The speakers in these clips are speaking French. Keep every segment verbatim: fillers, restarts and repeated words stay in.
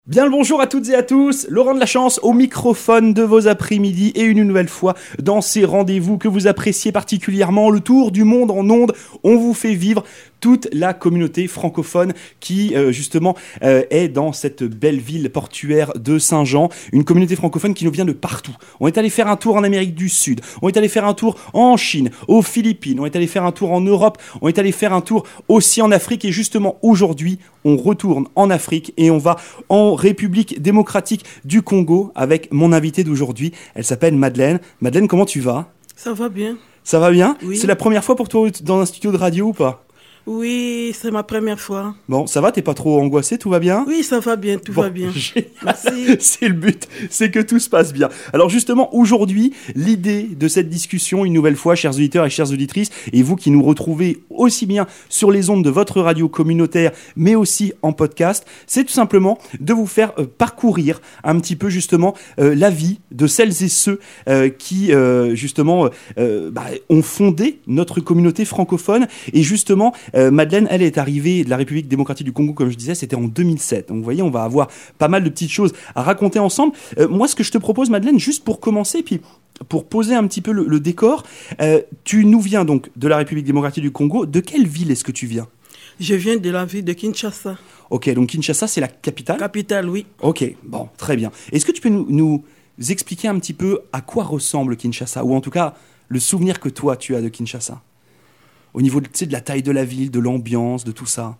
Bien le bonjour à toutes et à tous, Laurent de la Chance au microphone de vos après-midi et une nouvelle fois dans ces rendez-vous que vous appréciez particulièrement, le tour du monde en ondes, on vous fait vivre toute la communauté francophone qui euh, justement euh, est dans cette belle ville portuaire de Saint-Jean, une communauté francophone qui nous vient de partout. On est allé faire un tour en Amérique du Sud, on est allé faire un tour en Chine, aux Philippines, on est allé faire un tour en Europe, on est allé faire un tour aussi en Afrique et justement aujourd'hui on retourne en Afrique et on va en République démocratique du Congo avec mon invitée d'aujourd'hui. Elle s'appelle Madeleine. Madeleine, comment tu vas ? Ça va bien. Ça va bien ? Oui. C'est la première fois pour toi dans un studio de radio ou pas ? Oui, c'est ma première fois. Bon, ça va, t'es pas trop angoissé, tout va bien ? Oui, ça va bien, tout bon, va bien. Merci. C'est le but, c'est que tout se passe bien. Alors justement, aujourd'hui, l'idée de cette discussion, une nouvelle fois, chers auditeurs et chères auditrices, et vous qui nous retrouvez aussi bien sur les ondes de votre radio communautaire, mais aussi en podcast, c'est tout simplement de vous faire euh, parcourir un petit peu justement euh, la vie de celles et ceux euh, qui euh, justement euh, bah, ont fondé notre communauté francophone. Et justement, Euh, Madeleine, elle est arrivée de la République démocratique du Congo, comme je disais, c'était en deux mille sept. Donc vous voyez, on va avoir pas mal de petites choses à raconter ensemble. Euh, moi, ce que je te propose, Madeleine, juste pour commencer, puis pour poser un petit peu le, le décor, euh, tu nous viens donc de la République démocratique du Congo. De quelle ville est-ce que tu viens ? Je viens de la ville de Kinshasa. Ok, donc Kinshasa, c'est la capitale ? Capitale, oui. Ok, bon, très bien. Est-ce que tu peux nous, nous expliquer un petit peu à quoi ressemble Kinshasa, ou en tout cas, le souvenir que toi, tu as de Kinshasa ? Au niveau de, tu sais, de la taille de la ville, de l'ambiance, de tout ça.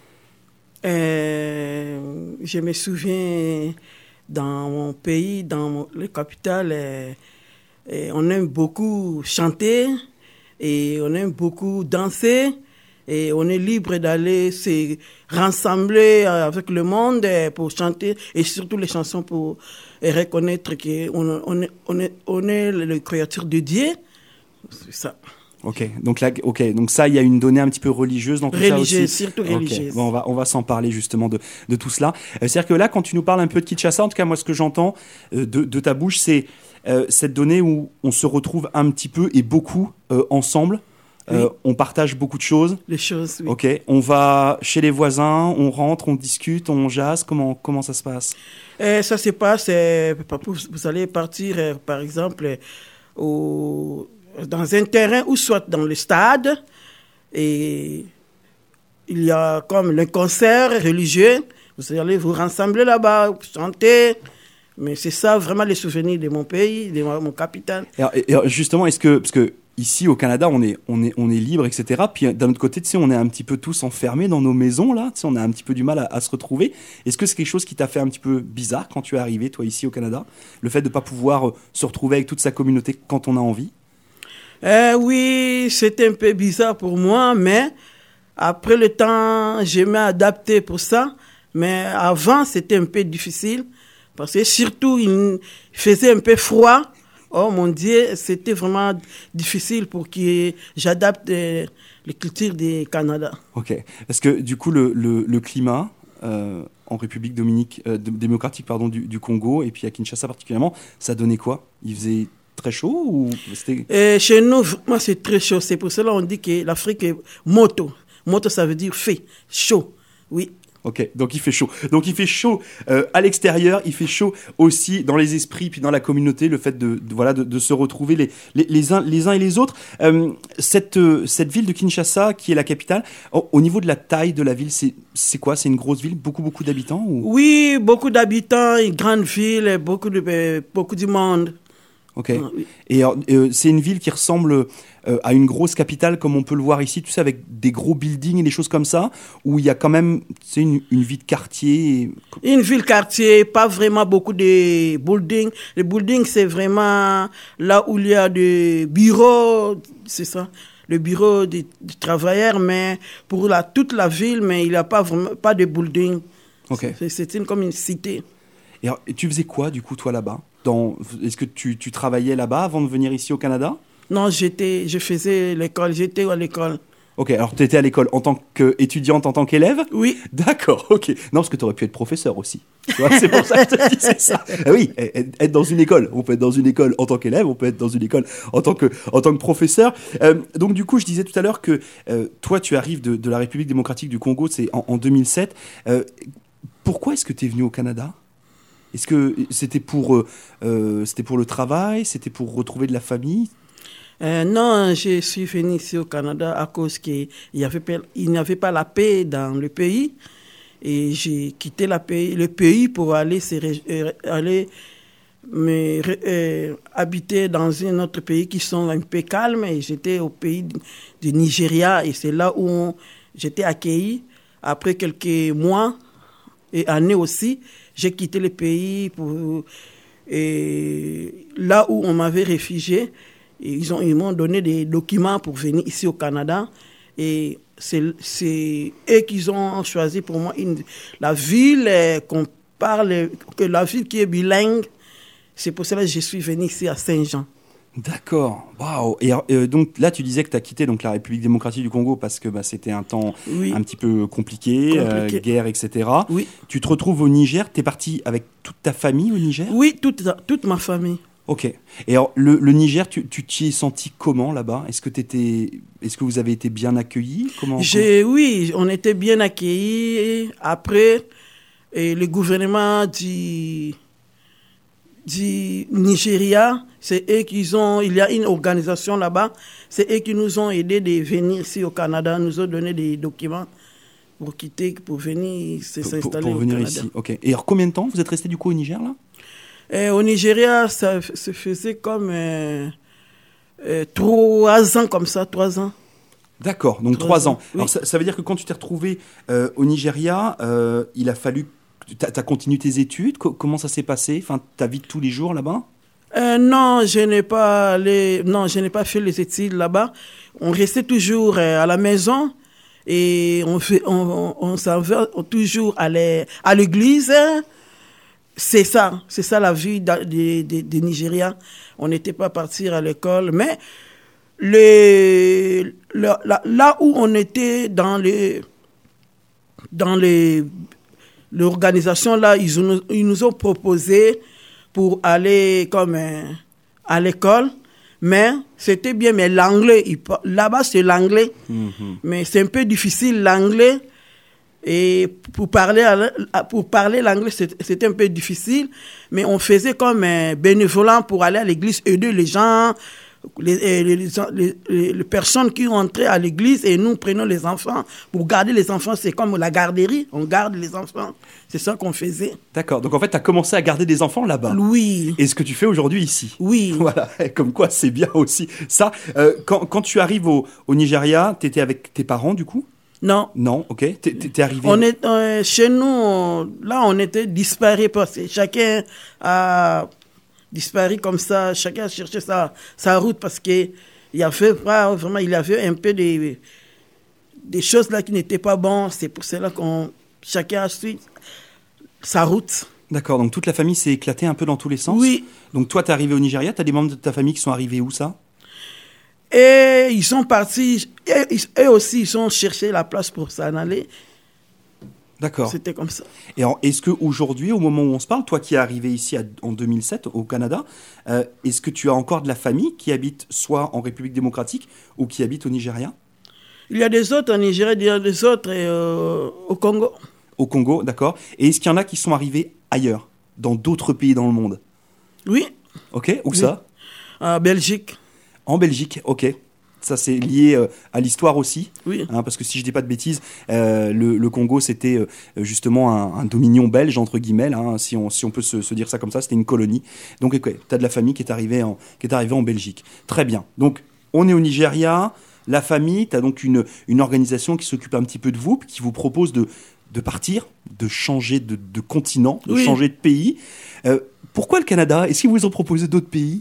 Euh, je me souviens, dans mon pays, dans mon, la capitale, euh, euh, on aime beaucoup chanter et on aime beaucoup danser et on est libre d'aller se rassembler avec le monde pour chanter et surtout les chansons pour reconnaître qu'on on est, on est, on est les créatures de Dieu. C'est ça. Ok, donc là, ok, donc ça, il y a une donnée un petit peu religieuse dans tout ça aussi. Religieuse, surtout religieuse. Okay. Bon, on va, on va s'en parler justement de, de tout cela. Euh, c'est-à-dire que là, quand tu nous parles un peu de Kinshasa, en tout cas, moi, ce que j'entends euh, de, de ta bouche, c'est euh, cette donnée où on se retrouve un petit peu et beaucoup euh, ensemble. Euh, oui. On partage beaucoup de choses. Les choses, oui. Ok, on va chez les voisins, on rentre, on discute, on jase. Comment, comment ça se passe ? euh, Ça se passe, euh, vous allez partir, euh, par exemple, au... dans un terrain ou soit dans le stade, et il y a comme le concert religieux, vous allez vous rassembler là-bas, chanter, mais c'est ça vraiment les souvenirs de mon pays, de mon capitale. Et, et justement, est-ce que, parce que ici au Canada, on est, on est, on est libre, et cetera. Puis d'un autre côté, tu sais, on est un petit peu tous enfermés dans nos maisons, là, tu sais, on a un petit peu du mal à, à se retrouver. Est-ce que c'est quelque chose qui t'a fait un petit peu bizarre quand tu es arrivé, toi, ici au Canada, le fait de ne pas pouvoir se retrouver avec toute sa communauté quand on a envie ? Euh, oui, c'était un peu bizarre pour moi, mais après le temps, je m'ai adapté pour ça. Mais avant, c'était un peu difficile, parce que surtout, il faisait un peu froid. Oh mon Dieu, c'était vraiment difficile pour que j'adapte euh, les cultures du Canada. Ok, parce que du coup, le, le, le climat euh, en République Dominique, euh, démocratique pardon, du, du Congo, et puis à Kinshasa particulièrement, ça donnait quoi ? Il faisait très chaud ou c'était... Et chez nous, moi, c'est très chaud. C'est pour cela qu'on dit que l'Afrique est moto. Moto, ça veut dire fait, chaud, oui. Ok, donc il fait chaud. Donc il fait chaud euh, à l'extérieur, il fait chaud aussi dans les esprits, puis dans la communauté, le fait de, de, voilà, de, de se retrouver les, les, les, uns, les uns et les autres. Euh, cette, euh, cette ville de Kinshasa, qui est la capitale, au, au niveau de la taille de la ville, c'est, c'est quoi ? C'est une grosse ville, beaucoup, beaucoup d'habitants ou... Oui, beaucoup d'habitants, une grande ville, beaucoup de, euh, beaucoup de monde. Ok. Ah, oui. Et euh, c'est une ville qui ressemble euh, à une grosse capitale, comme on peut le voir ici, tu sais, avec des gros buildings et des choses comme ça, où il y a quand même, tu sais, une, une vie de quartier. Et... Une ville-quartier, pas vraiment beaucoup de buildings. Les buildings, c'est vraiment là où il y a des bureaux, c'est ça, le bureau des, des travailleurs, mais pour la, toute la ville, mais il n'y a pas vraiment pas de buildings. Ok. C'est, c'est une, comme une cité. Et, alors, et tu faisais quoi, du coup, toi, là-bas ? Dans, est-ce que tu, tu travaillais là-bas avant de venir ici au Canada ? Non, j'étais, je faisais l'école, j'étais à l'école. Ok, alors tu étais à l'école en tant qu'étudiante, en tant qu'élève ? Oui. D'accord, ok. Non, parce que tu aurais pu être professeur aussi. Tu vois, c'est pour ça que je te disais ça. Ah oui, être dans une école. On peut être dans une école en tant qu'élève, on peut être dans une école en tant que, en tant que professeur. Euh, donc du coup, je disais tout à l'heure que euh, toi, tu arrives de, de la République démocratique du Congo, c'est en, en deux mille sept. Euh, pourquoi est-ce que tu es venu au Canada? Est-ce que c'était pour, euh, euh, c'était pour le travail? C'était pour retrouver de la famille? Euh, non, je suis venu ici au Canada à cause qu'il n'y avait, pas- il n'y avait pas la paix dans le pays. Et j'ai quitté la pays, le pays pour aller, se ré- euh, aller me, ré- euh, habiter dans un autre pays qui sont un peu calmes. Et j'étais au pays du, du Nigeria et c'est là où on- j'étais accueilli. Après quelques mois et années aussi, j'ai quitté le pays pour, et là où on m'avait réfugié. Et ils ont, ils m'ont donné des documents pour venir ici au Canada. Et c'est, c'est eux qui ont choisi pour moi une, la ville euh, qu'on parle, que la ville qui est bilingue. C'est pour cela que je suis venu ici à Saint-Jean. D'accord, waouh. Et alors, euh, donc là, tu disais que tu as quitté donc, la République démocratique du Congo parce que bah, c'était un temps Oui. un petit peu compliqué, Compliqué. euh, guerre, et cetera. Oui. Tu te retrouves au Niger, tu es parti avec toute ta famille au Niger? Oui, toute, toute ma famille. Ok. Et alors, le, le Niger, tu, tu t'y es senti comment là-bas? Est-ce que, t'étais, est-ce que vous avez été bien accueillis? Comment, J'ai, oui, on était bien accueillis. Après, et le gouvernement du, du Nigeria, c'est eux qui ont, il y a une organisation là-bas, c'est eux qui nous ont aidés de venir ici au Canada, nous ont donné des documents pour quitter, pour venir se- pour, s'installer pour au venir Canada. ici? Ok. Et alors, combien de temps vous êtes resté du coup au Niger là? Et au Nigeria, ça f- se faisait comme euh, euh, trois ans comme ça, trois ans. D'accord, donc Trois trois ans. ans, oui. Alors ça, ça veut dire que quand tu t'es retrouvé euh, au Nigeria, euh, il a fallu. Tu as continué tes études? Co- comment ça s'est passé? Enfin, ta vie de tous les jours là-bas? Euh, non, je n'ai pas allé, non, je n'ai pas fait les études là-bas. On restait toujours euh, à la maison et on fait, on, on, on s'en va toujours à l'é- à l'église. C'est ça, c'est ça la vie da- des des- des Nigériens. On n'était pas partir à l'école, mais les, le- là, là où on était dans les, dans les, l'organisation là, ils nous, ils nous ont proposé pour aller comme euh, à l'école, mais c'était bien, mais l'anglais, il par- là-bas c'est l'anglais, mais c'est un peu difficile l'anglais. Et pour parler, à- à- pour parler l'anglais, c'est- c'était un peu difficile, mais on faisait comme un bénévolat pour aller à l'église, aider les gens, les, les, les, les- les- les personnes qui entraient à l'église, et nous prenons les enfants. Pour garder les enfants, c'est comme la garderie, on garde les enfants. C'est ça qu'on faisait. D'accord, donc en fait, tu as commencé à garder des enfants là-bas. Oui, Et ce que tu fais aujourd'hui ici. oui. Voilà, comme quoi c'est bien aussi. Ça, euh, quand, quand tu arrives au, au Nigeria, tu étais avec tes parents du coup? Non. Non, ok. T'es, t'es- t'es arrivé. On est, euh, chez nous, on- là, on était disparus parce que chacun a disparu comme ça, chacun a cherché sa, sa route parce qu'il y avait pas, vraiment, il y avait un peu des, des choses là qui n'étaient pas bonnes. C'est pour cela qu'on chacun a suivi sa route. D'accord, donc toute la famille s'est éclatée un peu dans tous les sens. Oui. Donc toi, t'es arrivé au Nigeria, t'as des membres de ta famille qui sont arrivés où ça? Et ils sont partis, et, ils- eux aussi, ils ont cherché la place pour s'en aller. D'accord. C'était comme ça. Et alors, est-ce qu'aujourd'hui, au moment où on se parle, toi qui es arrivé ici à- en deux mille sept au Canada, euh, est-ce que tu as encore de la famille qui habite soit en République démocratique ou qui habite au Nigeria? Il y a des autres en Nigeria, il y a des autres euh, au Congo. Au Congo, d'accord. Et est-ce qu'il y en a qui sont arrivés ailleurs, dans d'autres pays dans le monde? Oui, Ok, où Oui. ça? en Belgique. En Belgique, ok. Ça, c'est lié euh, à l'histoire aussi. Oui. Hein, parce que si je dis pas de bêtises, euh, le, le Congo, c'était euh, justement un, un dominion belge, entre guillemets, là, hein, si, on, si on peut se, se dire ça comme ça, c'était une colonie. Donc, okay, tu as de la famille qui est, arrivée en, qui est arrivée en Belgique. Très bien. Donc, on est au Nigeria, la famille, tu as donc une, une organisation qui s'occupe un petit peu de vous, qui vous propose de, de partir, de changer de, de continent, de Oui. changer de pays. Euh, pourquoi le Canada? Est-ce qu'ils vous ont proposé d'autres pays?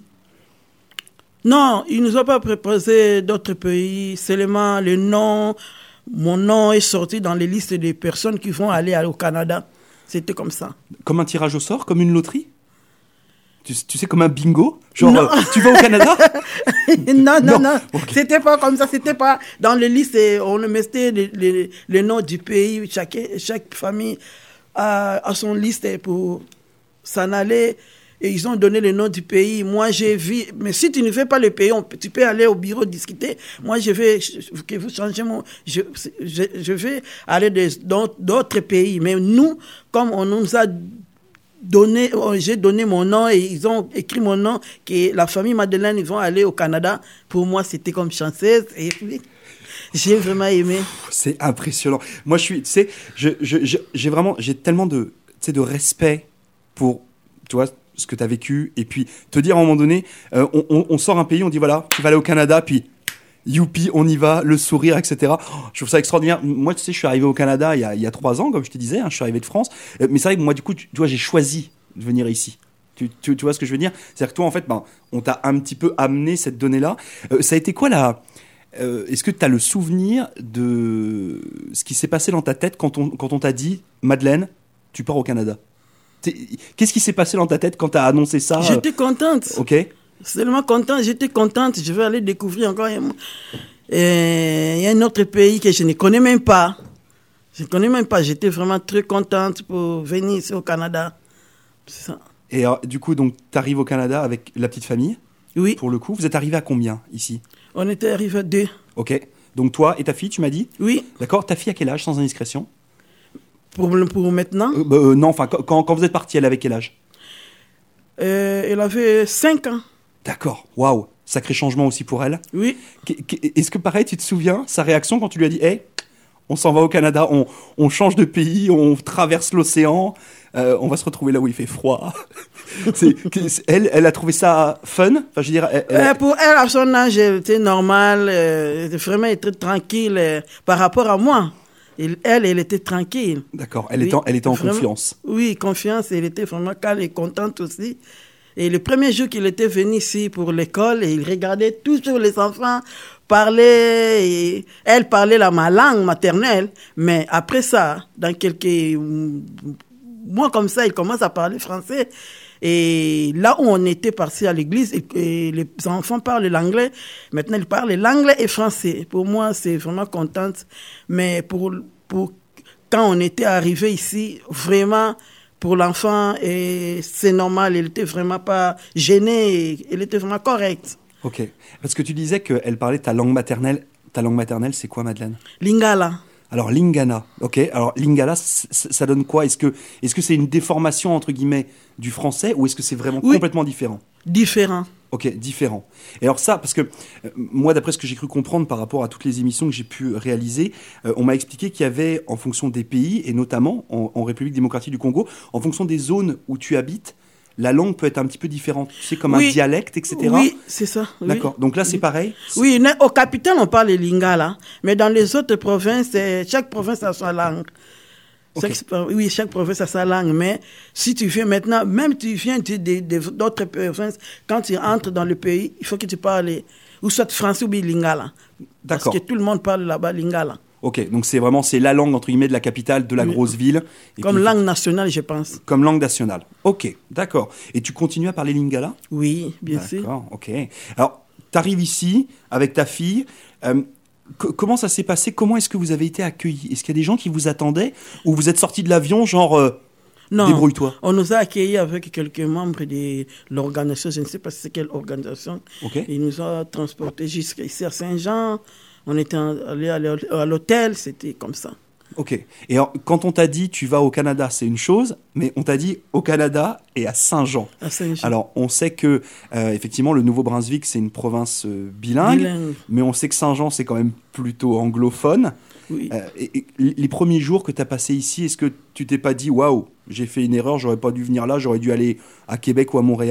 Non, ils ne nous ont pas proposé d'autres pays. Seulement le nom, mon nom est sorti dans les listes des personnes qui vont aller au Canada. C'était comme ça. Comme un tirage au sort, comme une loterie? Tu, tu sais, comme un bingo? Genre, Non. euh, tu vas au Canada? non, Non. non, non. Ok. C'était pas comme ça. C'était pas dans les listes. On mettait les, les, les noms du pays. Chaque, chaque famille a, a son liste pour s'en aller. et ils ont donné le nom du pays. Moi, j'ai vu, mais si tu ne fais pas le pays, on, tu peux aller au bureau discuter. Moi, je vais, que vous changez mon, je, je, je vais aller de, dans d'autres pays. Mais nous, comme on nous a donné, j'ai donné mon nom et ils ont écrit mon nom, que la famille Madeleine, ils vont aller au Canada. Pour moi, c'était comme chanceuse. Et puis, j'ai vraiment aimé. C'est impressionnant. Moi, je suis, tu sais, je, je, je, j'ai vraiment, j'ai tellement de, tu sais, de respect pour, tu vois, ce que tu as vécu. Et puis, te dire à un moment donné, euh, on, on, on sort un pays, on dit voilà, tu vas aller au Canada, puis youpi, on y va, le sourire, et cetera. Oh, je trouve ça extraordinaire. Moi, tu sais, je suis arrivé au Canada il y a, il y a trois ans, comme je te disais, hein, je suis arrivé de France. Euh, mais c'est vrai que moi, du coup, tu, tu vois, j'ai choisi de venir ici. Tu, tu, tu vois ce que je veux dire ? C'est-à-dire que toi, en fait, ben, on t'a un petit peu amené cette donnée-là. Euh, ça a été quoi la... Euh, est-ce que tu as le souvenir de ce qui s'est passé dans ta tête quand on, quand on t'a dit « Madeleine, tu pars au Canada ». Qu'est-ce qui s'est passé dans ta tête quand tu as annoncé ça ? J'étais contente. Ok. Seulement contente, j'étais contente. Je vais aller découvrir encore un, euh, il y a un autre pays que je ne connais même pas. Je ne connais même pas. J'étais vraiment très contente pour venir ici au Canada. C'est ça. Et alors, du coup, donc, tu arrives au Canada avec la petite famille ? Oui. Pour le coup, vous êtes arrivé à combien ici ? On était arrivé à deux. Ok. Donc toi et ta fille, tu m'as dit ? Oui. D'accord. Ta fille à quel âge, sans indiscrétion ? Pour, pour maintenant euh, bah, euh, Non, enfin, quand, quand vous êtes parti, elle avait quel âge ? euh, Elle avait cinq ans. D'accord. Waouh. Sacré changement aussi pour elle. Oui. Est-ce que pareil, tu te souviens, sa réaction quand tu lui as dit hey, on s'en va au Canada, on, on change de pays, on traverse l'océan, euh, on va se retrouver là où il fait froid. c'est, elle, elle a trouvé ça fun. Enfin, je veux dire, elle, elle... Euh, pour elle, à son âge, elle était normale, euh, elle était vraiment très tranquille euh, par rapport à moi. Elle, elle, elle était tranquille. D'accord, elle, oui, était en, elle était en vraiment, confiance. Oui, confiance, elle était vraiment calme et contente aussi. Et le premier jour qu'il était venu ici pour l'école, et il regardait toujours les enfants parler. Et elle parlait la, ma langue maternelle, mais après ça, dans quelques mois comme ça, il commence à parler français. Et là où on était parti à l'église, et, et les enfants parlent l'anglais, maintenant ils parlent l'anglais et français. Pour moi, c'est vraiment contente. Mais pour, pour quand on était arrivé ici, vraiment, pour l'enfant, et c'est normal, elle était vraiment pas gênée, elle était vraiment correcte. Ok. Parce que tu disais qu'elle parlait ta langue maternelle. Ta langue maternelle, c'est quoi, Madeleine ? Lingala. Alors, Lingala. Ok. Alors, Lingala, ça donne quoi ? Est-ce que, est-ce que c'est une déformation, entre guillemets, du français, ou est-ce que c'est vraiment oui. complètement différent ? Différent. Ok, différent. Et alors ça, parce que euh, moi, d'après ce que j'ai cru comprendre par rapport à toutes les émissions que j'ai pu réaliser, euh, on m'a expliqué qu'il y avait, en fonction des pays, et notamment en, en République démocratique du Congo, en fonction des zones où tu habites, la langue peut être un petit peu différente. Tu sais, comme oui. un dialecte, et cetera. Oui, c'est ça. Oui. D'accord. Donc là, c'est oui. pareil. Oui, au capitale, on parle lingala, mais dans les autres provinces, chaque province a sa langue. Okay. Chaque, oui, chaque province a sa langue, mais si tu viens maintenant, même tu viens de, de, de, d'autres provinces, quand tu entres dans le pays, il faut que tu parles ou soit français ou bien lingala. D'accord. Parce que tout le monde parle là-bas lingala. Ok, donc c'est vraiment c'est la langue entre guillemets de la capitale, de la oui. grosse ville. Et comme puis, langue nationale, je pense. Comme langue nationale. Ok, d'accord. Et tu continues à parler lingala ? Oui, bien d'accord, sûr. D'accord, ok. Alors, tu arrives ici avec ta fille. Euh, Comment ça s'est passé ? Comment est-ce que vous avez été accueillis ? Est-ce qu'il y a des gens qui vous attendaient ? Ou vous êtes sortis de l'avion, genre, euh, non, débrouille-toi ? On nous a accueillis avec quelques membres de l'organisation, je ne sais pas c'est quelle organisation. Okay. Ils nous ont transportés jusqu'ici à Saint-Jean. On était allés à l'hôtel, c'était comme ça. Ok. Et alors, quand on t'a dit tu vas au Canada, c'est une chose, mais on t'a dit au Canada et à Saint-Jean. À Saint-Jean. Alors, on sait que, euh, effectivement, le Nouveau-Brunswick, c'est une province euh, bilingue, bilingue, mais on sait que Saint-Jean, c'est quand même plutôt anglophone. Oui. Euh, et, et, les premiers jours que tu as passés ici, est-ce que tu t'es pas dit waouh, j'ai fait une erreur, j'aurais pas dû venir là, j'aurais dû aller à Québec ou à Montréal ?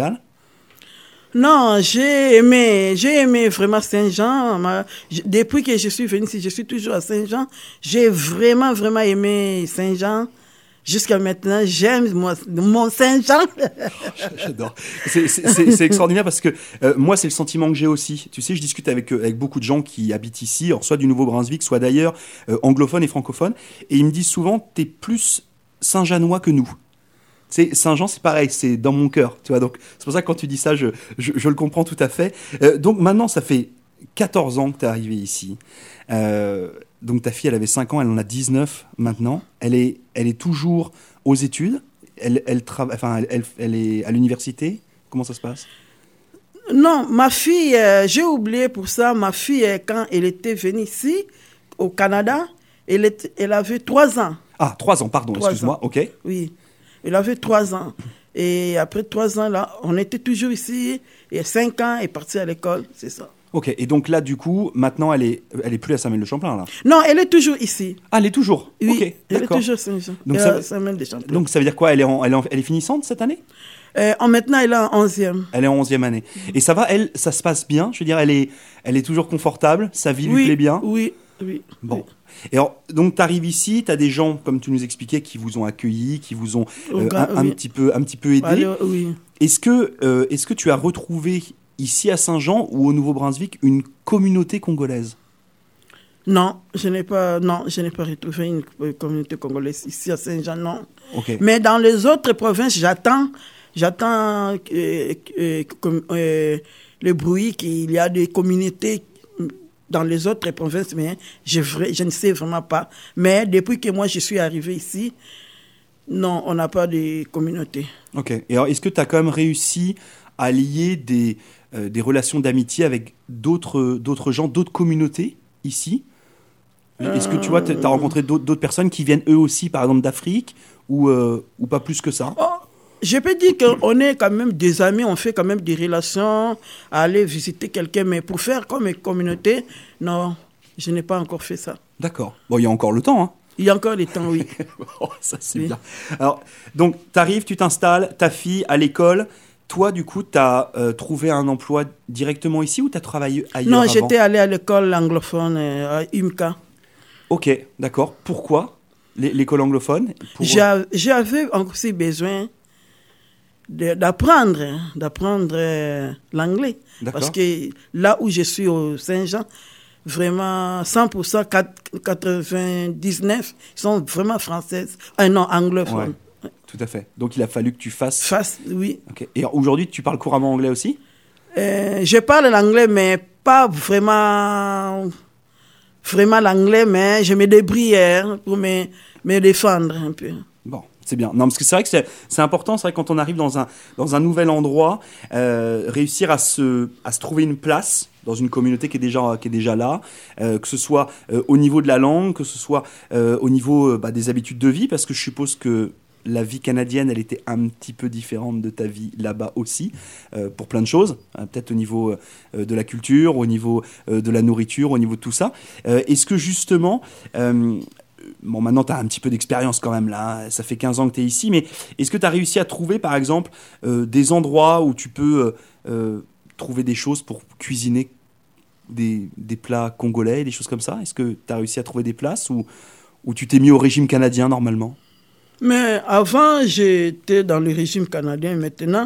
Non, j'ai aimé, j'ai aimé vraiment Saint-Jean. Ma, depuis que je suis venue ici, je suis toujours à Saint-Jean. J'ai vraiment, vraiment aimé Saint-Jean. Jusqu'à maintenant, j'aime moi, mon Saint-Jean. J'adore. C'est, c'est, c'est, c'est extraordinaire parce que euh, moi, c'est le sentiment que j'ai aussi. Tu sais, je discute avec, avec beaucoup de gens qui habitent ici, alors soit du Nouveau-Brunswick, soit d'ailleurs, euh, anglophones et francophones. Et ils me disent souvent, t'es plus Saint-Jeannois que nous. C'est, Saint-Jean, c'est pareil, c'est dans mon cœur, tu vois. Donc, c'est pour ça que quand tu dis ça, je, je, je le comprends tout à fait. Euh, donc, maintenant, ça fait quatorze ans que tu es arrivé ici. Euh, donc, ta fille, elle avait cinq ans, elle en a dix-neuf maintenant. Elle est, elle est toujours aux études. elle, elle, trava- enfin, elle, elle, elle est à l'université? Comment ça se passe? Non, ma fille, euh, j'ai oublié pour ça, ma fille, euh, quand elle était venue ici, au Canada, elle, était, elle avait trois ans. Ah, trois ans, pardon, Trois excuse-moi, ans. ok. Oui, elle avait trois ans. Et après trois ans, là, on était toujours ici, et cinq ans, elle est partie à l'école, c'est ça. Ok, et donc là, du coup, maintenant, elle est, elle est plus à Saint-Mêle-de-Champlain, là? Non, elle est toujours ici. Ah, elle est toujours? Oui, Ok, elle d'accord. est toujours Saint-Jean. Donc Elle ça- a Saint-Mêle-des-Champlains. Donc ça veut dire quoi? Elle est, en- elle est, en- elle est finissante cette année? Euh, en maintenant, elle est en onzième. Elle est en onzième année. Et ça va, elle, ça se passe bien? Je veux dire, elle est, elle est toujours confortable? Sa vie lui Oui, plaît bien? oui, oui. Bon. oui. Et alors, donc, tu arrives ici, tu as des gens, comme tu nous expliquais, qui vous ont accueillis, qui vous ont euh, Au- un, un oui. petit peu, un petit peu aidé. Allez, oui. Est-ce que, euh, est-ce que tu as retrouvé ici à Saint-Jean ou au Nouveau-Brunswick une communauté congolaise? Non, je n'ai pas, non, je n'ai pas retrouvé une euh, communauté congolaise ici à Saint-Jean, non. Ok. Mais dans les autres provinces, j'attends, j'attends euh, euh, comme, euh, le bruit qu'il y a des communautés dans les autres provinces, mais je, vra- je ne sais vraiment pas. Mais depuis que moi je suis arrivé ici, non, on n'a pas de communauté. Ok. Et alors, est-ce que tu as quand même réussi à lier des, euh, des relations d'amitié avec d'autres, d'autres gens, d'autres communautés ici? Est-ce que tu vois, tu as rencontré d'autres, d'autres personnes qui viennent eux aussi, par exemple, d'Afrique ou, euh, ou pas plus que ça? Oh, je peux dire qu'on est quand même des amis, on fait quand même des relations, à aller visiter quelqu'un, mais pour faire comme une communauté, non, je n'ai pas encore fait ça. D'accord. Bon, il y a encore le temps, hein. Il y a encore des temps, oui. Oh, ça, c'est Oui. bien. Alors, donc, tu arrives, tu t'installes, ta fille à l'école. Toi, du coup, tu as trouvé un emploi directement ici ou tu as travaillé ailleurs Non, avant? j'étais allé à l'école anglophone euh, à U M K. Ok, d'accord. Pourquoi l'é- l'école anglophone? Pour- J'a- J'avais aussi besoin de- d'apprendre, hein, d'apprendre euh, l'anglais. D'accord. Parce que là où je suis au Saint-Jean, vraiment cent pour cent, quatre-vingt-dix-neuf sont vraiment françaises. Ah non, anglophones. Ouais. Tout à fait. Donc, il a fallu que tu fasses... Face, oui. Ok. Et aujourd'hui, tu parles couramment anglais aussi? Euh, je parle l'anglais, mais pas vraiment, vraiment l'anglais, mais je me débrouille hein, pour me, me défendre un peu. Bon, c'est bien. Non, parce que c'est vrai que c'est, c'est important, c'est vrai que quand on arrive dans un, dans un nouvel endroit, euh, réussir à se, à se trouver une place dans une communauté qui est déjà, qui est déjà là, euh, que ce soit euh, au niveau de la langue, que ce soit euh, au niveau euh, bah, des habitudes de vie, parce que je suppose que la vie canadienne, elle était un petit peu différente de ta vie là-bas aussi, euh, pour plein de choses, hein, peut-être au niveau euh, de la culture, au niveau euh, de la nourriture, au niveau de tout ça. Euh, est-ce que justement... euh, Bon, maintenant, tu as un petit peu d'expérience quand même, là. Ça fait quinze ans que tu es ici. Mais est-ce que tu as réussi à trouver, par exemple, euh, des endroits où tu peux euh, euh, trouver des choses pour cuisiner des, des plats congolais, des choses comme ça? Est-ce que tu as réussi à trouver des places ou, ou tu t'es mis au régime canadien, normalement? Mais avant, j'étais dans le régime canadien. Maintenant,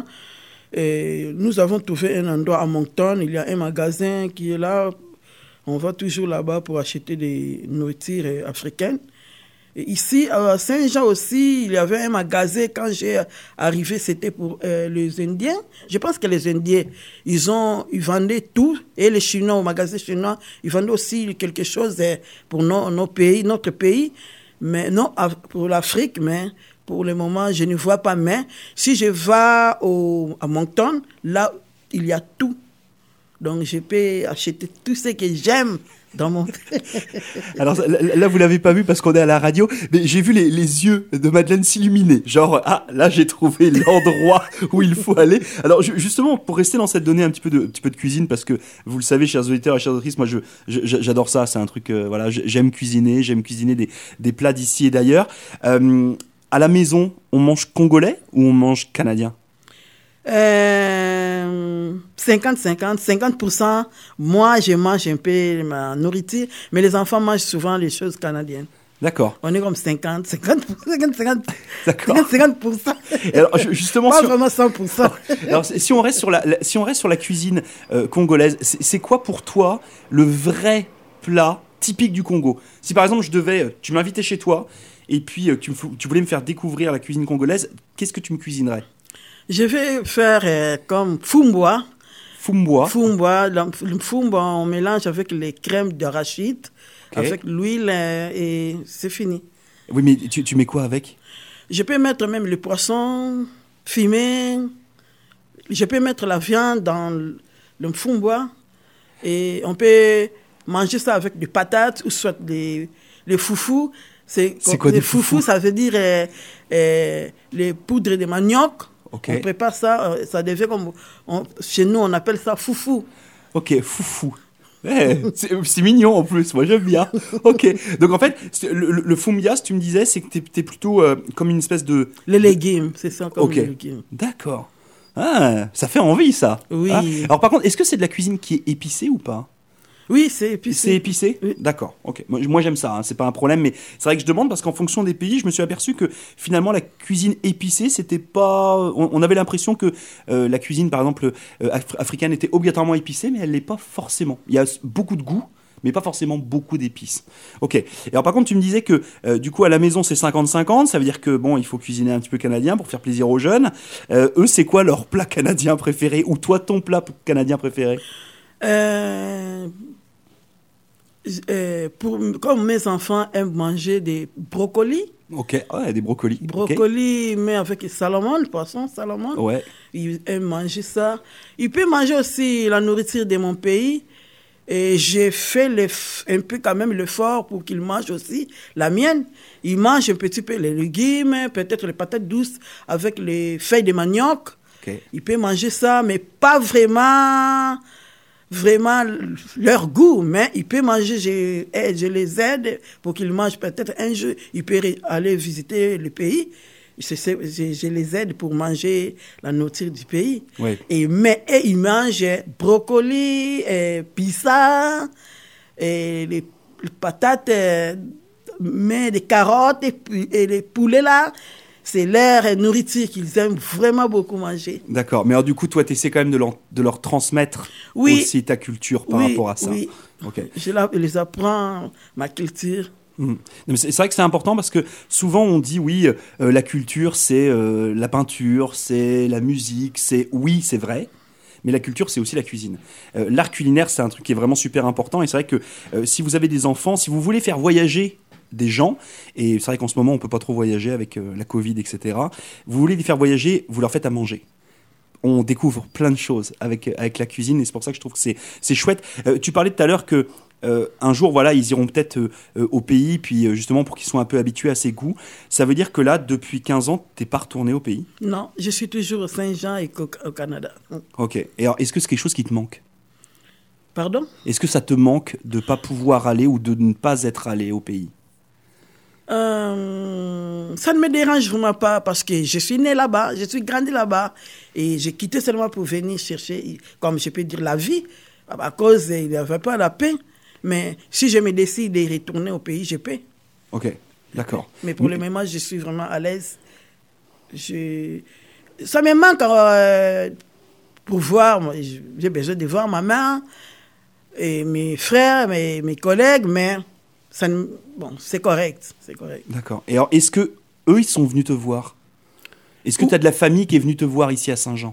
et nous avons trouvé un endroit à Moncton. Il y a un magasin qui est là. On va toujours là-bas pour acheter des nourritures euh, africaines. Et ici, à Saint-Jean aussi, il y avait un magasin. Quand j'ai arrivé, c'était pour euh, les Indiens. Je pense que les Indiens, ils, ont, ils vendaient tout. Et les Chinois, au magasin chinois, ils vendaient aussi quelque chose euh, pour nos, nos pays, notre pays. Mais non pour l'Afrique, mais pour le moment, je ne vois pas. Mais si je vais au, à Moncton, là, il y a tout. Donc, je peux acheter tout ce que j'aime dans mon... Alors là, là, vous l'avez pas vu parce qu'on est à la radio, mais j'ai vu les, les yeux de Madeleine s'illuminer. Genre, ah, là, j'ai trouvé l'endroit où il faut aller. Alors, je, justement, pour rester dans cette donnée un petit peu de, un petit peu de cuisine, parce que vous le savez, chers auditeurs et chères auditrices, moi, je, je, j'adore ça. C'est un truc, euh, voilà, j'aime cuisiner, j'aime cuisiner des, des plats d'ici et d'ailleurs. Euh, à la maison, on mange congolais ou on mange canadien? Euh, cinquante cinquante, cinquante pour cent, moi je mange un peu ma nourriture, mais les enfants mangent souvent les choses canadiennes. D'accord. On est comme cinquante, cinquante, cinquante, cinquante, D'accord. cinquante, cinquante pour cent. Et alors, justement, Pas sur... vraiment cent pour cent. Alors, si on reste sur la, la- si on reste sur la cuisine euh, congolaise, c'est c'est quoi pour toi le vrai plat typique du Congo? Si par exemple je devais, euh, tu m'invitais chez toi et puis euh, tu, me fou- tu voulais me faire découvrir la cuisine congolaise, qu'est-ce que tu me cuisinerais? Je vais faire euh, comme fumboa. Fumboa. Fumboa, le le fumboa, on mélange avec les crèmes d'arachide, Ok. avec l'huile euh, et c'est fini. Oui, mais tu, tu mets quoi avec? Je peux mettre même le poisson fumé. Je peux mettre la viande dans le fumbois. Et on peut manger ça avec des patates ou soit des, les foufous. C'est, c'est quoi les des foufous? foufous, ça veut dire euh, euh, les poudres de manioc. Okay. On prépare ça, euh, ça devient comme... On, chez nous, on appelle ça foufou. Ok, foufou. Ouais, c'est, c'est mignon en plus, moi j'aime bien. Ok, donc en fait, le, le, le fumbias, tu me disais, c'est que t'es, t'es plutôt euh, comme une espèce de... Les légumes, c'est ça, comme okay. les légumes. D'accord. Ah, ça fait envie ça. Oui. Ah. Alors par contre, est-ce que c'est de la cuisine qui est épicée ou pas? Oui, c'est épicé. C'est épicé? Oui. D'accord, ok. Moi, moi j'aime ça, hein, c'est pas un problème, mais c'est vrai que je demande parce qu'en fonction des pays, je me suis aperçu que finalement la cuisine épicée, c'était pas. On, on avait l'impression que euh, la cuisine, par exemple, euh, af- africaine était obligatoirement épicée, mais elle l'est pas forcément. Il y a beaucoup de goût, mais pas forcément beaucoup d'épices. Ok. Et alors par contre, tu me disais que euh, du coup à la maison c'est cinquante cinquante, ça veut dire que bon, il faut cuisiner un petit peu canadien pour faire plaisir aux jeunes. Euh, eux, c'est quoi leur plat canadien préféré ou toi ton plat canadien préféré? Euh, euh, pour, comme mes enfants aiment manger des brocolis. Ok, ouais, des brocolis. Brocolis, okay. Mais avec salmon, poisson, salmon. Ouais. Ils aiment manger ça. Ils peuvent manger aussi la nourriture de mon pays. Et j'ai fait un peu quand même l'effort pour qu'ils mangent aussi la mienne. Ils mangent un petit peu les légumes, peut-être les patates douces avec les feuilles de manioc. Okay. Ils peuvent manger ça, mais pas vraiment, vraiment leur goût. Mais ils peuvent manger, je, je les aide pour qu'ils mangent peut-être un jour. Ils peuvent aller visiter le pays. Je, je, je les aide pour manger la nourriture du pays. Oui. Et, mais et ils mangent brocoli, et pizza, et les, les patates, mais des carottes et, et les poulets là. C'est leur nourriture qu'ils aiment vraiment beaucoup manger. D'accord. Mais alors du coup, toi, tu essaies quand même de leur, de leur transmettre oui. aussi ta culture par oui, rapport à ça. Oui, okay. Je, la, je les apprends, ma culture. Mmh. C'est vrai que c'est important parce que souvent on dit oui, euh, la culture c'est euh, la peinture, c'est la musique, c'est oui, c'est vrai. Mais la culture, c'est aussi la cuisine. Euh, l'art culinaire, c'est un truc qui est vraiment super important. Et c'est vrai que euh, si vous avez des enfants, si vous voulez faire voyager des gens, et c'est vrai qu'en ce moment, on ne peut pas trop voyager avec euh, la Covid, et cetera. Vous voulez les faire voyager, vous leur faites à manger. On découvre plein de choses avec, avec la cuisine, et c'est pour ça que je trouve que c'est, c'est chouette. Euh, tu parlais tout à l'heure que Euh, un jour, voilà, ils iront peut-être euh, euh, au pays, puis euh, justement pour qu'ils soient un peu habitués à ces goûts. Ça veut dire que là, depuis quinze ans, t'es pas retourné au pays? Non, je suis toujours au Saint-Jean et au, au Canada. Ok. Et alors, est-ce que c'est quelque chose qui te manque? Pardon? Est-ce que ça te manque de pas pouvoir aller ou de ne pas être allé au pays? Euh, ça ne me dérange vraiment pas parce que je suis né là-bas, je suis grandi là-bas et j'ai quitté seulement pour venir chercher, comme je peux dire, la vie, à cause il n'y avait pas la paix. Mais si je me décide de retourner au pays, je peux. Ok, d'accord. Mais pour le moment, je suis vraiment à l'aise. Je... Ça me manque euh, pour voir, j'ai besoin de voir ma mère et mes frères, mes, mes collègues, mais ça, bon, c'est correct, c'est correct. D'accord. Et alors, est-ce que eux, ils sont venus te voir? Est-ce que tu as de la famille qui est venue te voir ici à Saint-Jean?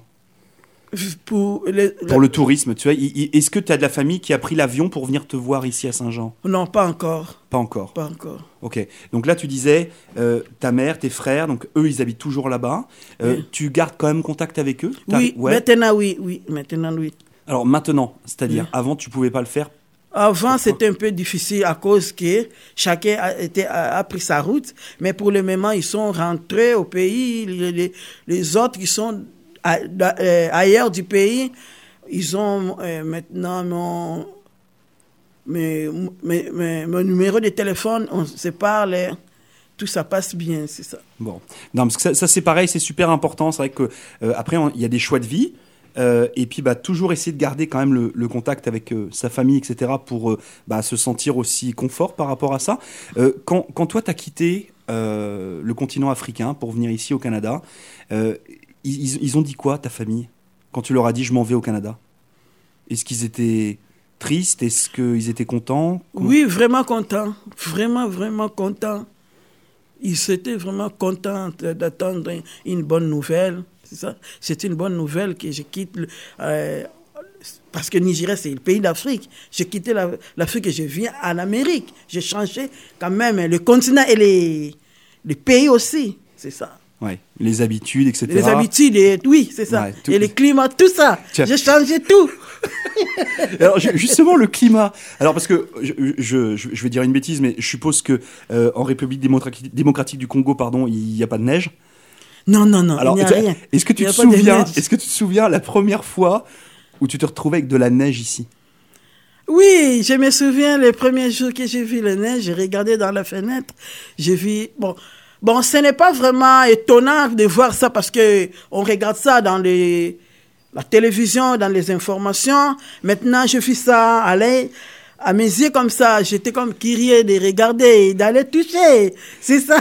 Pour, les, pour le tourisme, tu vois, est-ce que tu as de la famille qui a pris l'avion pour venir te voir ici à Saint-Jean? Non, pas encore. Pas encore. Pas encore. Ok. Donc là, tu disais, euh, ta mère, tes frères, donc eux, ils habitent toujours là-bas. Euh, oui. Tu gardes quand même contact avec eux? Oui, ouais. maintenant, oui, oui, maintenant, oui. Alors maintenant, c'est-à-dire, oui. avant, tu pouvais pas le faire? Avant, c'était un peu difficile à cause que chacun a, été, a, a pris sa route. Mais pour le moment, ils sont rentrés au pays. Les, les, les autres qui sont à, euh, ailleurs du pays, ils ont euh, maintenant mon, mes, mes, mes, mon numéro de téléphone. On se parle. Tout ça passe bien, c'est ça. Bon. Non, parce que ça, ça c'est pareil, c'est super important. C'est vrai que euh, après, il y a des choix de vie. Euh, et puis bah, toujours essayer de garder quand même le, le contact avec euh, sa famille, et cetera, pour euh, bah, se sentir aussi confort par rapport à ça. Euh, quand, quand toi, tu as quitté euh, le continent africain pour venir ici au Canada, euh, ils, ils ont dit quoi, ta famille, quand tu leur as dit « je m'en vais au Canada » ? Est-ce qu'ils étaient tristes ? Est-ce qu'ils étaient contents ? Comment... Oui, vraiment contents. Vraiment, vraiment contents. Ils étaient vraiment contents d'attendre une bonne nouvelle. C'est ça. C'est une bonne nouvelle que je quitte, le, euh, parce que Nigeria, c'est le pays d'Afrique. J'ai quitté la, l'Afrique et je viens en Amérique. J'ai changé quand même le continent et les, les pays aussi. c'est ça. Ouais, les habitudes, et cetera. Les habitudes, et, oui, c'est ça. Ouais, tout... Et les climats, tout ça. Tiens. J'ai changé tout. Alors justement le climat. Alors parce que je, je, je vais dire une bêtise, mais je suppose que euh, en République démocratique, démocratique du Congo, pardon, il n'y a pas de neige. Non, non, non. Alors, il n'y a rien. Est-ce que tu te souviens Est-ce que tu te souviens la première fois où tu te retrouvais avec de la neige ici? Oui, je me souviens les premiers jours que j'ai vu la neige. J'ai regardé dans la fenêtre. J'ai vu bon. Bon, ce n'est pas vraiment étonnant de voir ça parce que on regarde ça dans les, la télévision, dans les informations. Maintenant, je fais ça à l'œil, à mes yeux comme ça. J'étais comme curieux de regarder et d'aller toucher. C'est ça.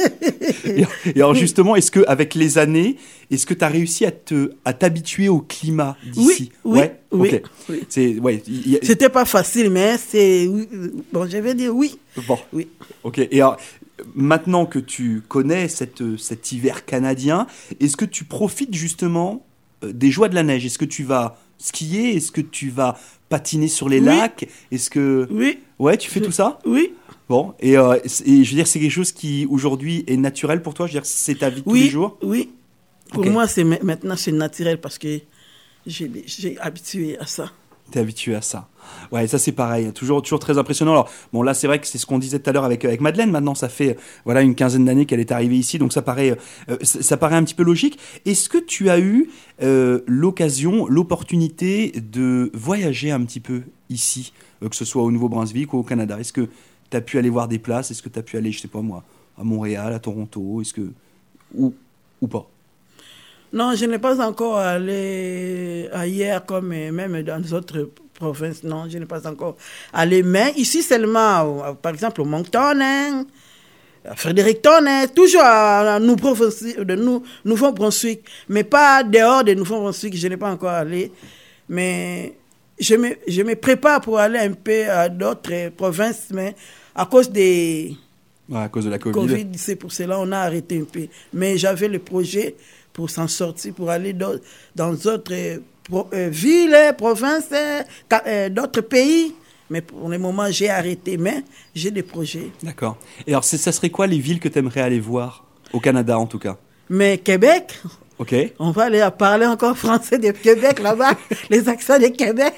et, et alors justement, est-ce qu'avec les années, est-ce que tu as réussi à, te, à t'habituer au climat d'ici? Oui, ouais, oui, okay. oui. C'est, ouais, y a... C'était pas facile, mais c'est... Bon, je vais dire oui. Bon, oui. Ok, et alors... Maintenant que tu connais cette, cet hiver canadien, est-ce que tu profites justement des joies de la neige? Est-ce que tu vas skier? Est-ce que tu vas patiner sur les oui. lacs? Est-ce que... Oui. Ouais, tu fais je... tout ça? Oui. Bon, et, euh, et je veux dire, c'est quelque chose qui aujourd'hui est naturel pour toi? Je veux dire, c'est ta vie de oui. tous les jours? Oui. Pour okay. moi, c'est maintenant, c'est naturel parce que j'ai, j'ai habitué à ça. T'es habitué à ça. Ouais, ça c'est pareil, toujours, toujours très impressionnant. Alors, bon, là c'est vrai que c'est ce qu'on disait tout à l'heure avec, avec Madeleine. Maintenant, ça fait voilà, une quinzaine d'années qu'elle est arrivée ici, donc ça paraît, euh, ça, ça paraît un petit peu logique. Est-ce que tu as eu euh, l'occasion, l'opportunité de voyager un petit peu ici, euh, que ce soit au Nouveau-Brunswick ou au Canada? Est-ce que tu as pu aller voir des places? Est-ce que tu as pu aller, je sais pas moi, à Montréal, à Toronto? Est-ce que... ou, ou pas? Non, je n'ai pas encore allé ailleurs comme même dans d'autres provinces. Non, je n'ai pas encore allé. Mais ici seulement, par exemple au Moncton, hein, à Fredericton, hein, toujours à Nouveau-Brunswick, mais pas dehors de Nouveau-Brunswick, je n'ai pas encore allé. Mais je me, je me prépare pour aller un peu à d'autres provinces, mais à cause des... Ouais, à cause de la Covid. COVID, c'est pour cela qu'on a arrêté un peu. Mais j'avais le projet pour s'en sortir, pour aller dans, dans d'autres euh, villes, provinces, euh, d'autres pays. Mais pour le moment, j'ai arrêté, mais j'ai des projets. D'accord. Et alors, ça serait quoi les villes que tu aimerais aller voir, au Canada en tout cas? Mais Québec, ok. On va aller parler encore français de Québec là-bas, les accents de Québec.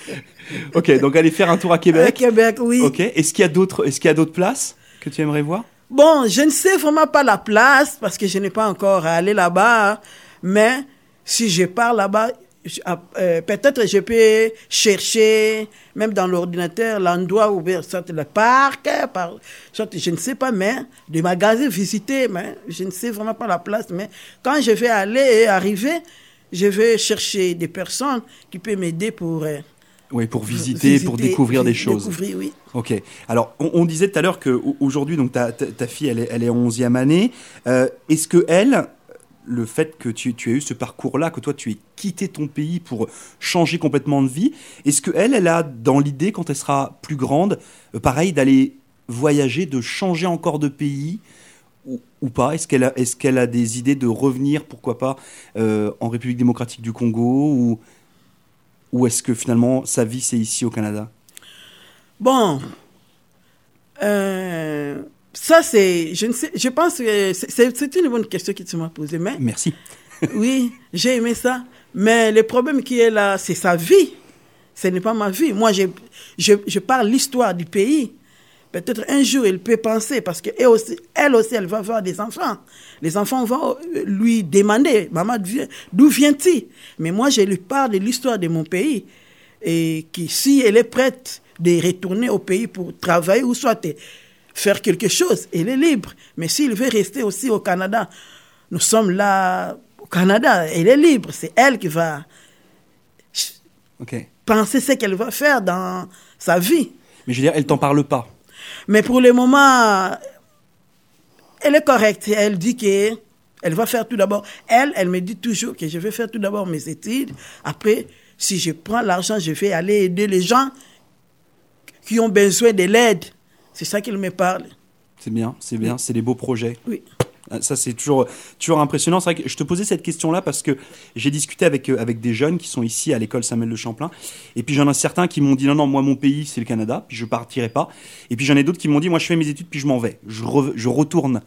Ok, donc aller faire un tour à Québec. À Québec, oui. Ok. Est-ce qu'il y a d'autres, est-ce qu'il y a d'autres places que tu aimerais voir? Bon, je ne sais vraiment pas la place parce que je n'ai pas encore allé là-bas. Mais si je pars là-bas, je, euh, peut-être je peux chercher, même dans l'ordinateur, l'endroit où soit le parc, par, soit, je ne sais pas, mais des magasins visités, mais je ne sais vraiment pas la place. Mais quand je vais aller et arriver, je vais chercher des personnes qui peuvent m'aider pour... Euh, Oui, pour visiter, visiter, pour découvrir des choses. Découvrir, oui. Ok. Alors, on, on disait tout à l'heure qu'aujourd'hui, donc ta, ta, ta fille, elle est, elle est en onzième année. Euh, est-ce que elle, le fait que tu, tu aies eu ce parcours-là, que toi, tu aies quitté ton pays pour changer complètement de vie, est-ce que elle, elle a dans l'idée, quand elle sera plus grande, euh, pareil, d'aller voyager, de changer encore de pays ou, ou pas? Est-ce qu'elle a, est-ce qu'elle a des idées de revenir, pourquoi pas, euh, en République démocratique du Congo ou... Ou est-ce que finalement sa vie c'est ici au Canada? Bon, euh, ça c'est, je ne sais, je pense que c'est, c'est une bonne question que tu m'as posée. Mais merci. Oui, j'ai aimé ça. Mais le problème qui est là, c'est sa vie. Ce n'est pas ma vie. Moi, je, je, je parle l'histoire du pays. Peut-être un jour, elle peut penser, parce qu'elle aussi, elle aussi, elle va avoir des enfants. Les enfants vont lui demander, maman, d'où viens-tu? Mais moi, je lui parle de l'histoire de mon pays. Et que si elle est prête de retourner au pays pour travailler ou soit faire quelque chose, elle est libre. Mais s'il veut rester aussi au Canada, nous sommes là au Canada, elle est libre. C'est elle qui va okay. penser ce qu'elle va faire dans sa vie. Mais je veux dire, elle t'en parle pas. Mais pour le moment, elle est correcte. Elle dit qu'elle va faire tout d'abord. Elle, elle me dit toujours que je vais faire tout d'abord mes études. Après, si je prends l'argent, je vais aller aider les gens qui ont besoin de l'aide. C'est ça qu'elle me parle. C'est bien, c'est bien, oui. C'est des beaux projets. Oui. Ça, c'est toujours, toujours impressionnant. C'est vrai que je te posais cette question-là parce que j'ai discuté avec, avec des jeunes qui sont ici à l'école Samuel de Champlain. Et puis, j'en ai certains qui m'ont dit non, non, moi, mon pays, c'est le Canada, puis je partirai pas. Et puis, j'en ai d'autres qui m'ont dit, moi, je fais mes études, puis je m'en vais. Je, re, je retourne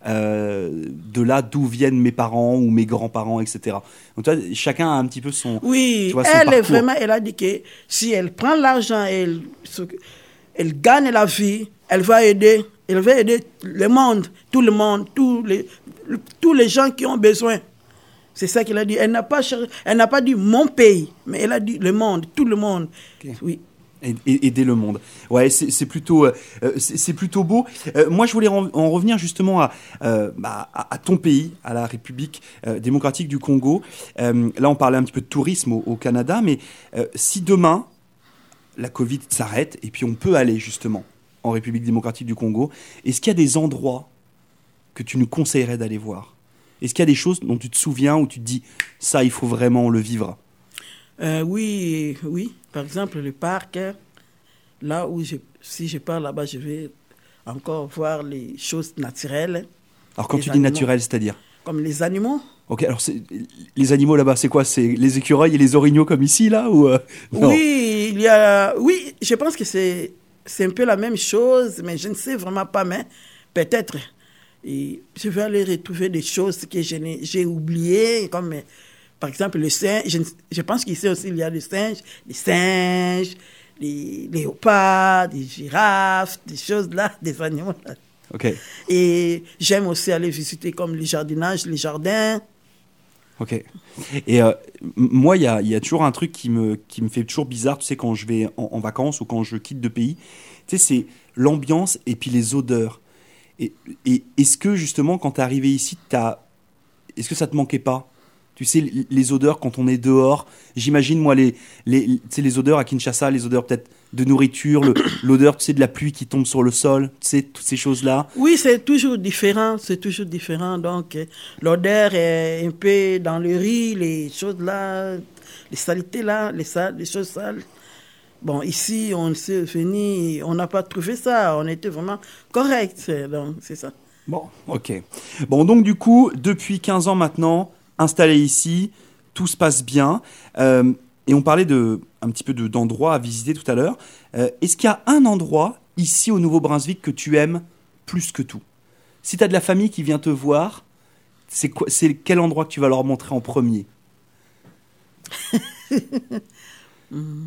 euh, de là d'où viennent mes parents ou mes grands-parents, et cetera. Donc, toi, chacun a un petit peu son. Oui, tu vois, son elle est parcours. vraiment, elle a dit que si elle prend l'argent, elle, elle gagne la vie, elle va aider, elle va aider le monde, tout le monde, tous les, tous les gens qui ont besoin. C'est ça qu'elle a dit. Elle n'a pas cherché, elle n'a pas dit mon pays, mais elle a dit le monde, tout le monde. Okay. Oui. Aider le monde. Ouais, c'est, c'est plutôt, euh, c'est, c'est plutôt beau. Euh, moi, je voulais en, en revenir justement à, euh, bah, à, à ton pays, à la République euh, démocratique du Congo. Euh, là, on parlait un petit peu de tourisme au, au Canada, mais euh, si demain la Covid s'arrête et puis on peut aller justement en République démocratique du Congo, est-ce qu'il y a des endroits que tu nous conseillerais d'aller voir? Est-ce qu'il y a des choses dont tu te souviens où tu te dis ça, il faut vraiment le vivre? Euh, oui, oui. Par exemple, le parc, là où je, si je pars là-bas, je vais encore voir les choses naturelles. Alors quand les tu animaux, dis naturel, c'est-à-dire? Comme les animaux. Ok, alors c'est, les animaux là-bas, c'est quoi? C'est les écureuils et les orignaux comme ici, là ou euh, Oui, il y a, oui, je pense que c'est, c'est un peu la même chose, mais je ne sais vraiment pas, mais peut-être. Et je vais aller retrouver des choses que je n'ai, j'ai oubliées, comme... Par exemple, le singe, je, je pense qu'ici aussi, il y a des singes, des singes, des léopards, des girafes, des choses là, des animaux là. Ok. Et j'aime aussi aller visiter comme les jardinages, les jardins. Ok. Et euh, moi, il y a, y a toujours un truc qui me, qui me fait toujours bizarre, tu sais, quand je vais en, en vacances ou quand je quitte de pays, tu sais, c'est l'ambiance et puis les odeurs. Et, et est-ce que, justement, quand tu es arrivé ici, t'as, est-ce que ça te manquait pas? Tu sais, les odeurs quand on est dehors, j'imagine moi les, les, tu sais, les odeurs à Kinshasa, les odeurs peut-être de nourriture, le, l'odeur tu sais, de la pluie qui tombe sur le sol, tu sais, toutes ces choses-là. Oui, c'est toujours différent, c'est toujours différent. Donc, l'odeur est un peu dans le riz, les choses là, les saletés là, les, sales, les choses sales. Bon, ici, on s'est venu, on n'a pas trouvé ça, on était vraiment correct, donc c'est ça. Bon, ok. Bon, donc du coup, depuis quinze ans maintenant, installé ici, tout se passe bien. Euh, et on parlait de, un petit peu de, d'endroits à visiter tout à l'heure. Euh, est-ce qu'il y a un endroit ici au Nouveau-Brunswick que tu aimes plus que tout? Si tu as de la famille qui vient te voir, c'est, quoi, c'est quel endroit que tu vas leur montrer en premier? hmm.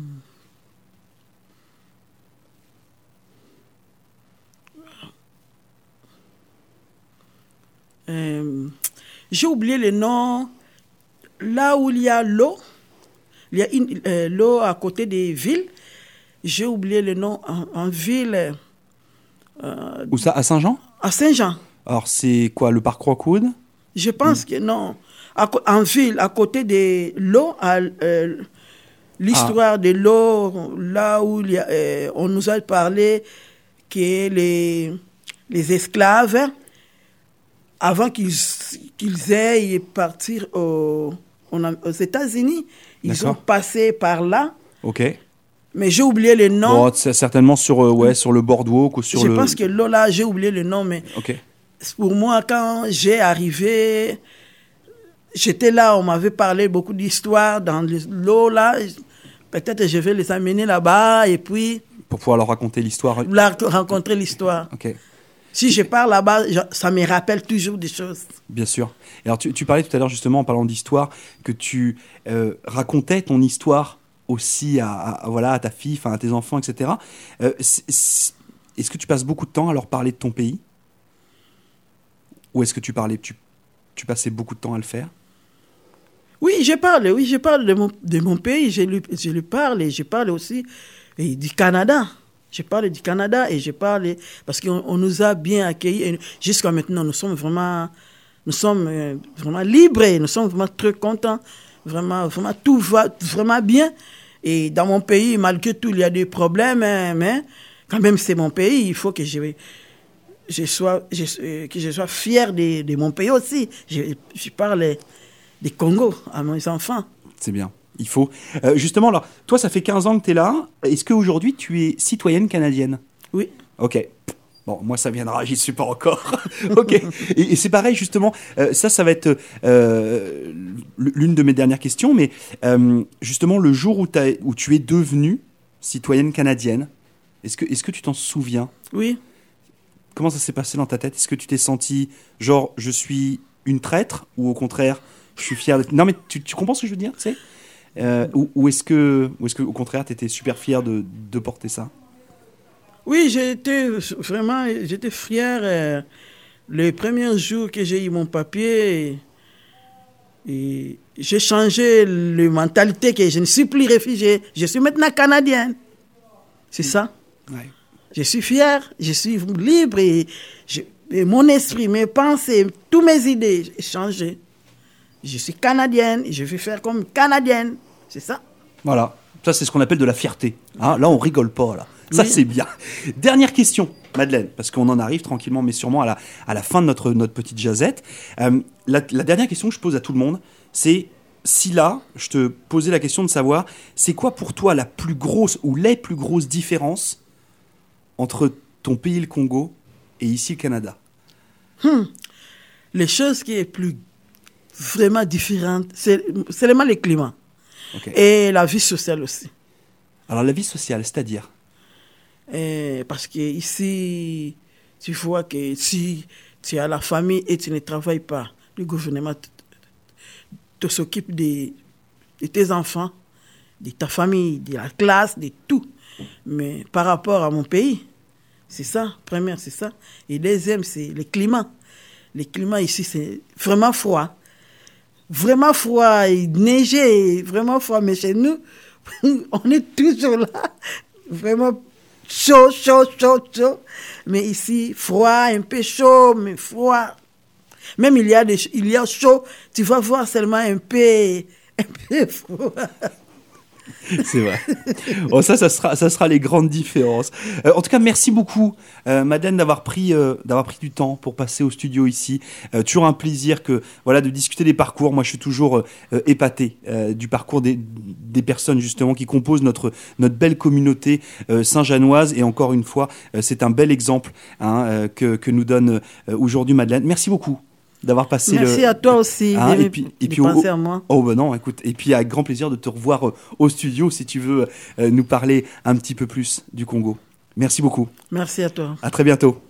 euh, J'ai oublié le nom. Là où il y a l'eau, il y a une, euh, l'eau à côté des villes. J'ai oublié le nom en, en ville. Euh, Où ça? À Saint-Jean? À Saint-Jean. Alors, c'est quoi, le parc Rockwood? Je pense mmh. que non. À, en ville, à côté de l'eau, à, euh, l'histoire ah. de l'eau, là où il y a, euh, on nous a parlé que les, les esclaves, avant qu'ils, qu'ils aillent partir au, aux États-Unis, ils D'accord. ont passé par là. Ok. Mais j'ai oublié le nom. Bon, c'est certainement sur, euh, ouais, sur le boardwalk ou sur je le... Je pense que l'eau là, j'ai oublié le nom, mais okay. Pour moi, quand j'ai arrivé, j'étais là, on m'avait parlé beaucoup d'histoires dans l'eau là. Peut-être je vais les amener là-bas et puis... Pour pouvoir leur raconter l'histoire. Leur rencontrer l'histoire. Ok. Si je pars là-bas, ça me rappelle toujours des choses. Bien sûr. Alors, tu, tu parlais tout à l'heure, justement, en parlant d'histoire, que tu euh, racontais ton histoire aussi à, à, voilà, à ta fille, à tes enfants, et cetera. Euh, c'est, c'est, est-ce que tu passes beaucoup de temps à leur parler de ton pays? Ou est-ce que tu parlais, tu, tu passais beaucoup de temps à le faire? Oui, je parle, oui, je parle de mon, de mon pays, je lui, je lui parle, et je parle aussi et du Canada. Je parle du Canada et je parle parce qu'on on nous a bien accueillis. Et jusqu'à maintenant, nous sommes vraiment, nous sommes vraiment libres et nous sommes vraiment très contents. Vraiment, vraiment, tout va vraiment bien. Et dans mon pays, malgré tout, il y a des problèmes, mais quand même, c'est mon pays. Il faut que je, je, sois, je, que je sois fier de, de mon pays aussi. Je, je parle du Congo à mes enfants. C'est bien. Il faut. Euh, justement, alors, toi, ça fait quinze ans que tu es là. Est-ce qu'aujourd'hui, tu es citoyenne canadienne? Oui. Ok. Bon, moi, ça viendra, j'y suis pas encore. Ok. Et, et c'est pareil, justement, euh, ça, ça va être euh, l'une de mes dernières questions, mais euh, justement, le jour où, t'as, où tu es devenue citoyenne canadienne, est-ce que, est-ce que tu t'en souviens? Oui. comment ça s'est passé dans ta tête? Est-ce que tu t'es senti genre je suis une traître ou au contraire je suis fier de... Non mais tu, tu comprends ce que je veux dire, tu sais euh, ou, ou est-ce que ou est-ce que au contraire tu étais super fier de, de porter ça? Oui, j'étais vraiment j'étais fier. Euh, le premier jour que j'ai eu mon papier, et, et j'ai changé la mentalité que je ne suis plus réfugié, je suis maintenant canadienne. C'est ça. Ouais. Je suis fier, je suis libre et, je, et mon esprit, mes pensées, toutes mes idées ont changé. Je suis canadienne et je vais faire comme canadienne. C'est ça. Voilà. Ça, c'est ce qu'on appelle de la fierté. Hein, là, on rigole pas, là. Ça, Oui. c'est bien. Dernière question, Madeleine, parce qu'on en arrive tranquillement, mais sûrement à la, à la fin de notre, notre petite jazette. Euh, la, la dernière question que je pose à tout le monde, c'est si là, je te posais la question de savoir, c'est quoi pour toi la plus grosse ou les plus grosses différences entre ton pays, le Congo, et ici, le Canada? Hum. Les choses qui est plus vraiment différentes, c'est seulement le climat. Okay. Et la vie sociale aussi. Alors, la vie sociale, c'est-à-dire? Et parce que ici, tu vois que si tu as la famille et tu ne travailles pas, le gouvernement te, te s'occupe de, de tes enfants, de ta famille, de la classe, de tout. Mais par rapport à mon pays, c'est ça, première, c'est ça. Et deuxième, c'est le climat. Le climat ici, c'est vraiment froid. Vraiment froid, il neigeait, vraiment froid. Mais chez nous, on est toujours là, vraiment chaud, chaud, chaud, chaud. Mais ici, froid, un peu chaud, mais froid. Même il y a, des, il y a chaud, tu vas voir seulement un peu, un peu froid. C'est vrai. Bon, ça, ça sera, ça sera les grandes différences. Euh, en tout cas, merci beaucoup, euh, Madeleine, d'avoir pris, euh, d'avoir pris du temps pour passer au studio ici. Euh, toujours un plaisir que, voilà, de discuter des parcours. Moi, je suis toujours euh, épaté euh, du parcours des, des personnes justement qui composent notre, notre belle communauté euh, saint-janoise. Et encore une fois, euh, c'est un bel exemple hein, euh, que, que nous donne euh, aujourd'hui Madeleine. Merci beaucoup d'avoir passé Merci le... à toi aussi hein, de, et puis, et de puis penser au... à moi. Oh ben non, écoute, et puis avec grand plaisir de te revoir euh, au studio si tu veux euh, nous parler un petit peu plus du Congo. Merci beaucoup. Merci à toi. À très bientôt.